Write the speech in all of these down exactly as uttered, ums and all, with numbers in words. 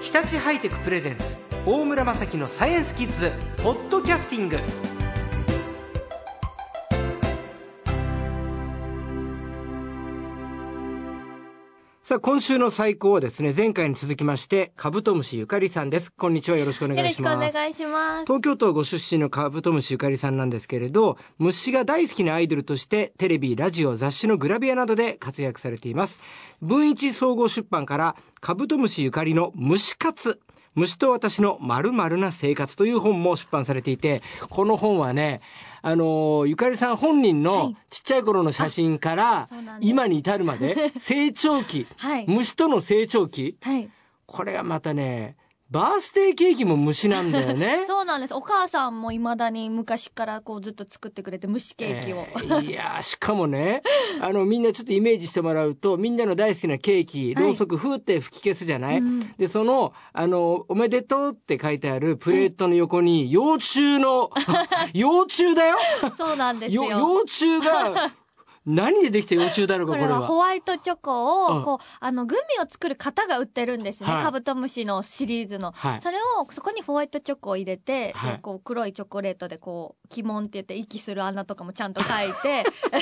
日立ハイテクプレゼンツ大村雅樹のサイエンスキッズポッドキャスティング。さあ今週の最高はですね、前回に続きましてカブトムシゆかりさんです。こんにちは、よろしくお願いします。 よろしくお願いします。 東京都ご出身のカブトムシゆかりさんなんですけれど、虫が大好きなアイドルとしてテレビ、ラジオ、雑誌のグラビアなどで活躍されています。文一総合出版からカブトムシゆかりの虫活、虫と私の〇〇な生活という本も出版されていて、この本はね、あのゆかりさん本人のちっちゃい頃の写真から今に至るまで成長期、はい、虫との成長期、はい、これはまたね、バースデーケーキも虫なんだよね。 そうなんです。お母さんも未だに昔からこうずっと作ってくれて虫ケーキを、えー、いやしかもね、あのみんなちょっとイメージしてもらうと、みんなの大好きなケーキ、ろうそくふーって吹き消すじゃない、うん、でそのあのおめでとうって書いてあるプレートの横に幼虫の幼虫だよ。 そうなんですよ。 幼虫が何でできた幼虫だろうか。これはこれはホワイトチョコを、うん、こうあのグミを作る型が売ってるんですね、はい、カブトムシのシリーズの、はい、それをそこにホワイトチョコを入れて、はい、でこう黒いチョコレートでこう鬼門って言って息する穴とかもちゃんと書いて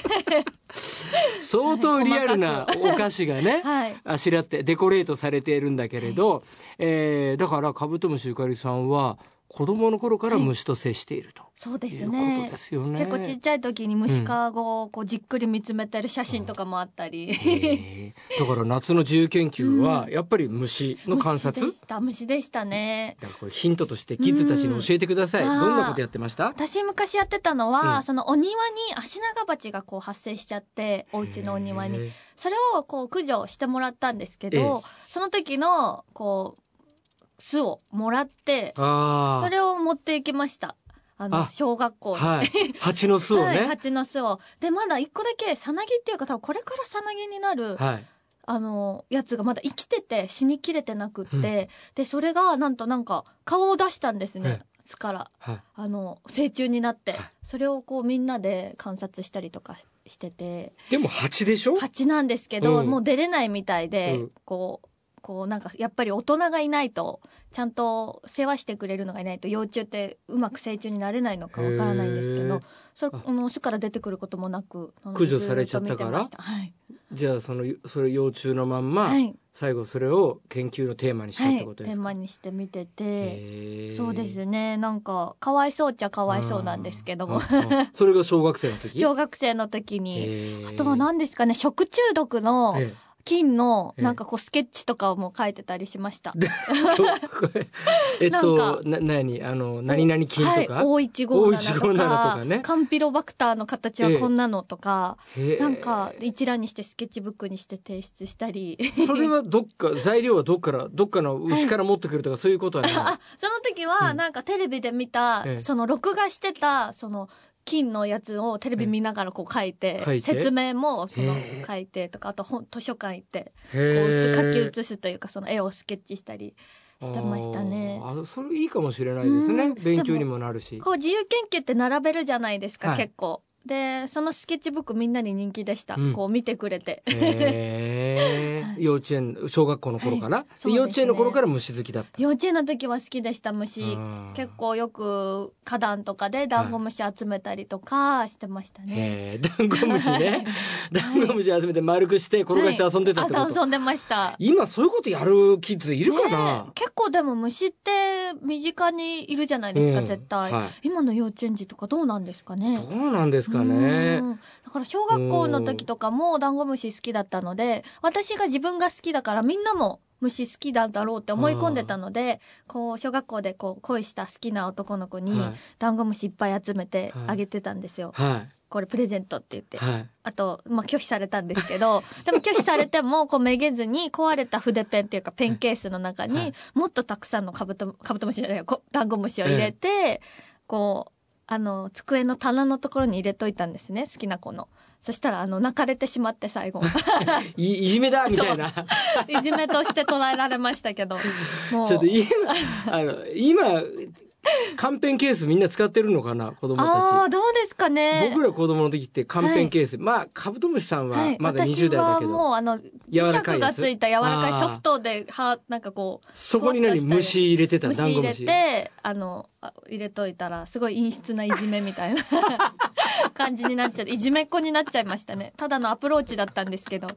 相当リアルなお菓子がね、はい、あしらってデコレートされているんだけれど、はい、えー、だからカブトムシゆかりさんは子供の頃から虫と接していると、はい、 そうですね。 いうことですよね。 結構ちっちゃい時に虫かごをこうじっくり見つめてる写真とかもあったり、うん、 えー、だから夏の自由研究はやっぱり虫の観察、 うん、虫でした虫でしたね。 だからこれヒントとしてキッズたちに教えてください、うん、どんなことやってました？ 私昔やってたのは、うん、そのお庭にアシナガバチがこう発生しちゃって、お家のお庭にそれをこう駆除してもらったんですけど、その時のこう巣をもらって、それを持っていきました。あの、あ小学校に。はい。 蜂の巣をね。はい、 蜂の巣を。で、まだ一個だけ、さなぎっていうか、多分これからさなぎになる、はい、あの、やつがまだ生きてて、死にきれてなくって、うん、で、それが、なんとなんか、顔を出したんですね。はい、巣から。はい、あの、成虫になって、はい。それをこう、みんなで観察したりとかしてて。 でも蜂でしょ？ 蜂なんですけど、うん、もう出れないみたいで、うん、こう、こうなんかやっぱり大人がいないと、ちゃんと世話してくれるのがいないと幼虫ってうまく成虫になれないのかわからないんですけど、それあの巣から出てくることもなく駆除されちゃったから、はい、じゃあそのそれ幼虫のまんま、はい、最後それを研究のテーマにしたってことですか？ はい、テーマにして見てて、そうですね、なんかかわいそうっちゃかわいそうなんですけどもそれが小学生の時小学生の時に、あとは何ですかね、食中毒の、えー金のなんかこうスケッチとかも書いてたりしました。 えっとな何あの何々金とか、 はい、オーいちごーななとかね、カンピロバクターの形はこんなのとか、えー、なんか一覧にしてスケッチブックにして提出したり。 それはどっか材料はどっからどっかの牛から持ってくるとか、はい、そういうことはない？あ、 その時はなんかテレビで見た、うん、その録画してたその金のやつをテレビ見ながらこう書いて、書いて説明もその書いてとか、あと本図書館行ってこう書き写すというか、その絵をスケッチしたりしてましたね。 ああ、それいいかもしれないですね。勉強にもなるし、 こう自由研究って並べるじゃないですか、はい、結構でそのスケッチブックみんなに人気でした、うん、こう見てくれて。 へー幼稚園小学校の頃かな、はい、で幼稚園の頃から虫好きだった？ 幼稚園の時は好きでした。虫結構よく花壇とかでダンゴムシ集めたりとかしてましたね。 へーダンゴムシねダンゴムシ集めて丸くして転がして遊んでたってこと？はい、 あ、遊んでました。 今そういうことやるキッズいるかな、 ね、結構でも虫って身近にいるじゃないですか、うん、絶対、はい、今の幼稚園児とかどうなんですかね。 どうなんですかね。 だから小学校の時とかもダンゴムシ好きだったので、私が自分が好きだからみんなも虫好きなんだろうって思い込んでたので、こう小学校でこう恋した好きな男の子にダンゴムシいっぱい集めてあげてたんですよ、はいはい、これプレゼントって言って、はい、あと、まあ、拒否されたんですけどでも拒否されてもこうめげずに壊れた筆ペンっていうかペンケースの中にもっとたくさんのカブトカブトムシじゃないダンゴムシを入れて、えー、こうあの机の棚のところに入れといたんですね、好きな子の。そしたらあの泣かれてしまって最後い, いじめだみたいないじめとして捉えられましたけどもうちょっと今あの今カンペンケースみんな使ってるのかな、子供たち。 ああ、どうですかね。 僕ら子供の時ってカンペンケース、はい、まあカブトムシさんはまだにじゅう代だけど、 私はもうあの磁石がついた柔らかいソフトではなんかこうそこに何虫入れてた、 虫入れてあの入れといたらすごい陰湿ないじめみたいな感じになっちゃって、いじめっ子になっちゃいましたね。ただのアプローチだったんですけど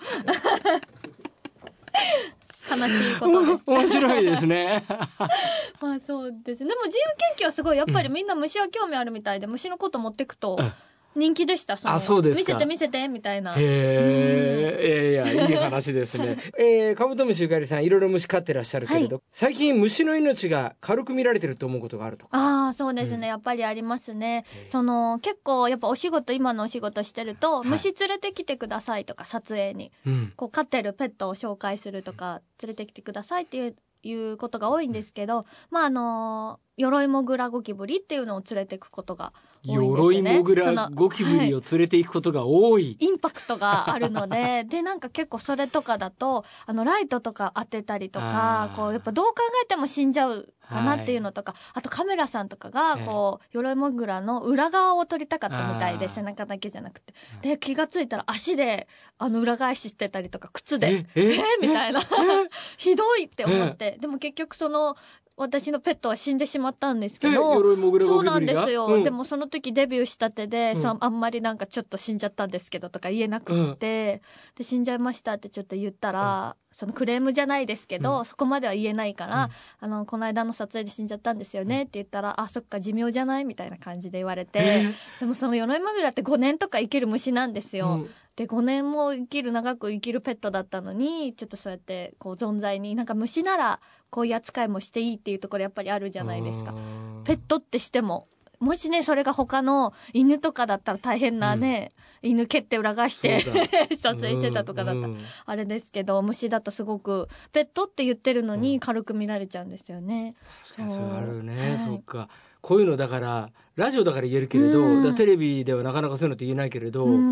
悲しいことです。 面白いですねまあそうですね。でも自由研究はすごいやっぱりみんな虫は興味あるみたいで、うん、虫のこと持ってくと人気でした。そのあ、そうですか。 見せて見せてみたいな。 へえ、いやいやいい話ですね。えー、カブトムシゆかりさんいろいろ虫飼ってらっしゃるけれど、はい、最近虫の命が軽く見られてると思うことがあるとか。 ああ、そうですね、うん、やっぱりありますね。その結構やっぱお仕事今のお仕事してると、はい、虫連れてきてくださいとか撮影に、うん、こう飼ってるペットを紹介するとか、連れてきてくださいっていういうことが多いんですけど、まああの鎧モグラゴキブリっていうのを連れていくことが多いんですね。鎧モグラゴキブリを連れていくことが多い、はい、 インパクトがあるのででなんか結構それとかだとあのライトとか当てたりとか、こうやっぱどう考えても死んじゃうかなっていうのとか、はい、あとカメラさんとかがこう鎧モグラの裏側を撮りたかったみたいで、背中だけじゃなくて、で気がついたら足であの裏返ししてたりとか靴でええみたいなひどいって思って、でも結局その私のペットは死んでしまったんですけど、そうなんですよ、うん、でもその時デビューしたてで、うん、あんまりなんかちょっと死んじゃったんですけどとか言えなくって、うん、で死んじゃいましたってちょっと言ったら、うん、そのクレームじゃないですけど、うん、そこまでは言えないから、うん、あのこの間の撮影で死んじゃったんですよねって言ったら、あ、そっか寿命じゃないみたいな感じで言われて、でもその鎧モグラってごねんとか生きる虫なんですよ、うん、でごねんも生きる長く生きるペットだったのに、ちょっとそうやってこう存在になんか虫ならこういう扱いもしていいっていうところやっぱりあるじゃないですか。ペットってしてももしねそれが他の犬とかだったら大変なね、うん、犬蹴って裏返して撮影してたとかだったらあれですけど、虫だとすごくペットって言ってるのに軽く見られちゃうんですよね。 うん、そうあるね、はい、そうか。こういうのだからラジオだから言えるけれど、うん、だテレビではなかなかそういうのって言えないけれど、うん、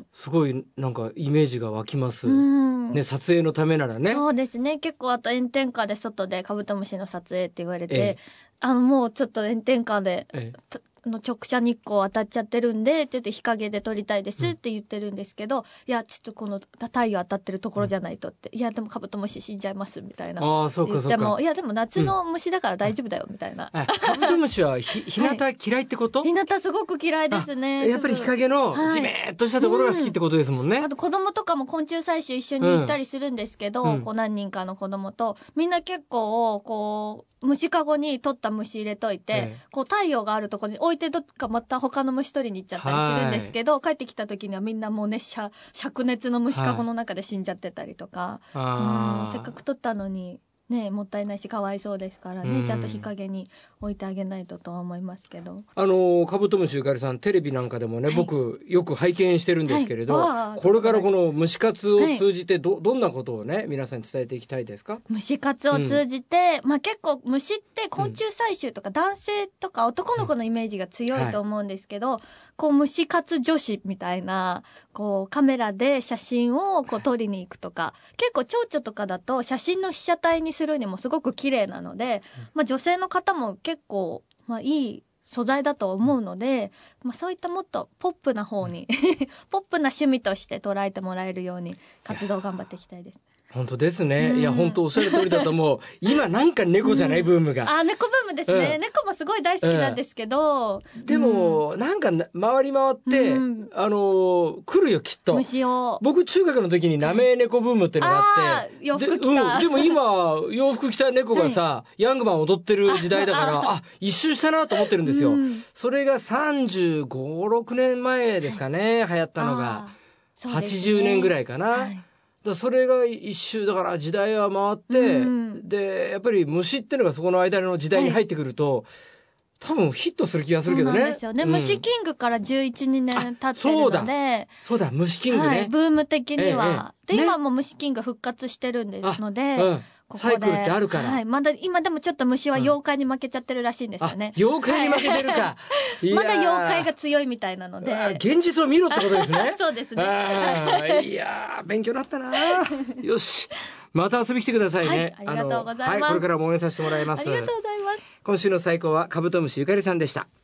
すごいなんかイメージが湧きます、うんね、撮影のためならね。 そうですね。結構あと炎天下で外でカブトムシの撮影って言われて、ええ、あのもうちょっと炎天下で、ええ、の直射日光当たっちゃってるんでって言って日陰で撮りたいですって言ってるんですけど、うん、いやちょっとこの太陽当たってるところじゃないとって、うん、いやでもカブトムシ死んじゃいますみたいな。 ああそうかそうか。 でもいやでも夏の虫だから大丈夫だよみたいな、 うん、カブトムシはひ日向嫌いってこと？ はい、日向すごく嫌いですね。 やっぱり日陰のジメッとしたところが好きってことですもんね、 はい、うん、あと子供とかも昆虫採集一緒に行ったりするんですけど、うん、こう何人かの子供とみんな結構こう虫かごに取った虫入れといて、ええ、こう太陽があるところに置いてどっかまた他の虫取りに行っちゃったりするんですけど、帰ってきた時にはみんなもうね灼熱の虫かごの中で死んじゃってたりとか、うん、せっかく取ったのにね、もったいないしかわいそうですからね、ちゃんと日陰に置いてあげないととは思いますけど。 あのカブトムシゆかりさんテレビなんかでもね、はい、僕よく拝見してるんですけれど、はい、これからこの虫活を通じて ど,、はい、どんなことをね皆さんに伝えていきたいですか？ 虫活を通じて、うん、まあ結構虫って昆虫採集とか男性とか男の子のイメージが強いと思うんですけど、うんはい、こう虫活女子みたいなこうカメラで写真をこう撮りに行くとか、結構蝶々とかだと写真の被写体にするにもすごく綺麗なので、まあ、女性の方も結構、まあ、いい素材だと思うので、まあ、そういったもっとポップな方にポップな趣味として捉えてもらえるように活動を頑張っていきたいです。 本当ですね、うん、いや本当おっしゃる通りだと思う今なんか猫じゃない、うん、ブームがあ猫ブームですね、うん、猫もすごい大好きなんですけど、 うん、でも、うん、なんか回り回って、うん、あの来るよきっと。 虫を僕中学の時になめ猫ブームっていうのがあって、 洋服着たで,、うん、でも今洋服着た猫がさ、はい、ヤングマン踊ってる時代だからあ一周したなと思ってるんですよ、うん、それがさんじゅうご、ろくねんまえですかね、流行ったのが、ね、はちじゅうねんぐらいかな、はい、だそれが一周だから時代は回って、うん、でやっぱり虫っていうのがそこの間の時代に入ってくると、はい、多分ヒットする気がするけどね。 そうなんですよね、うん、虫キングからじゅういち、にねん経ってるので、 そうだそうだ虫キングね、はい、 ブーム的には、ええ、で、ね、今も虫キング復活してるんですので、うん、ここでサイクルってあるから、 はい、まだ今でもちょっと虫は妖怪に負けちゃってるらしいんですよね、 うん、妖怪に負けてるか、はい、 まだ妖怪が強いみたいなので現実を見ろってことですねそうですねいや勉強になったなよしまた遊び来てくださいね、 はい、ありがとうございます、 はい、これからも応援させてもらいます。 ありがとうございます。 今週の最高はカブトムシゆかりさんでした。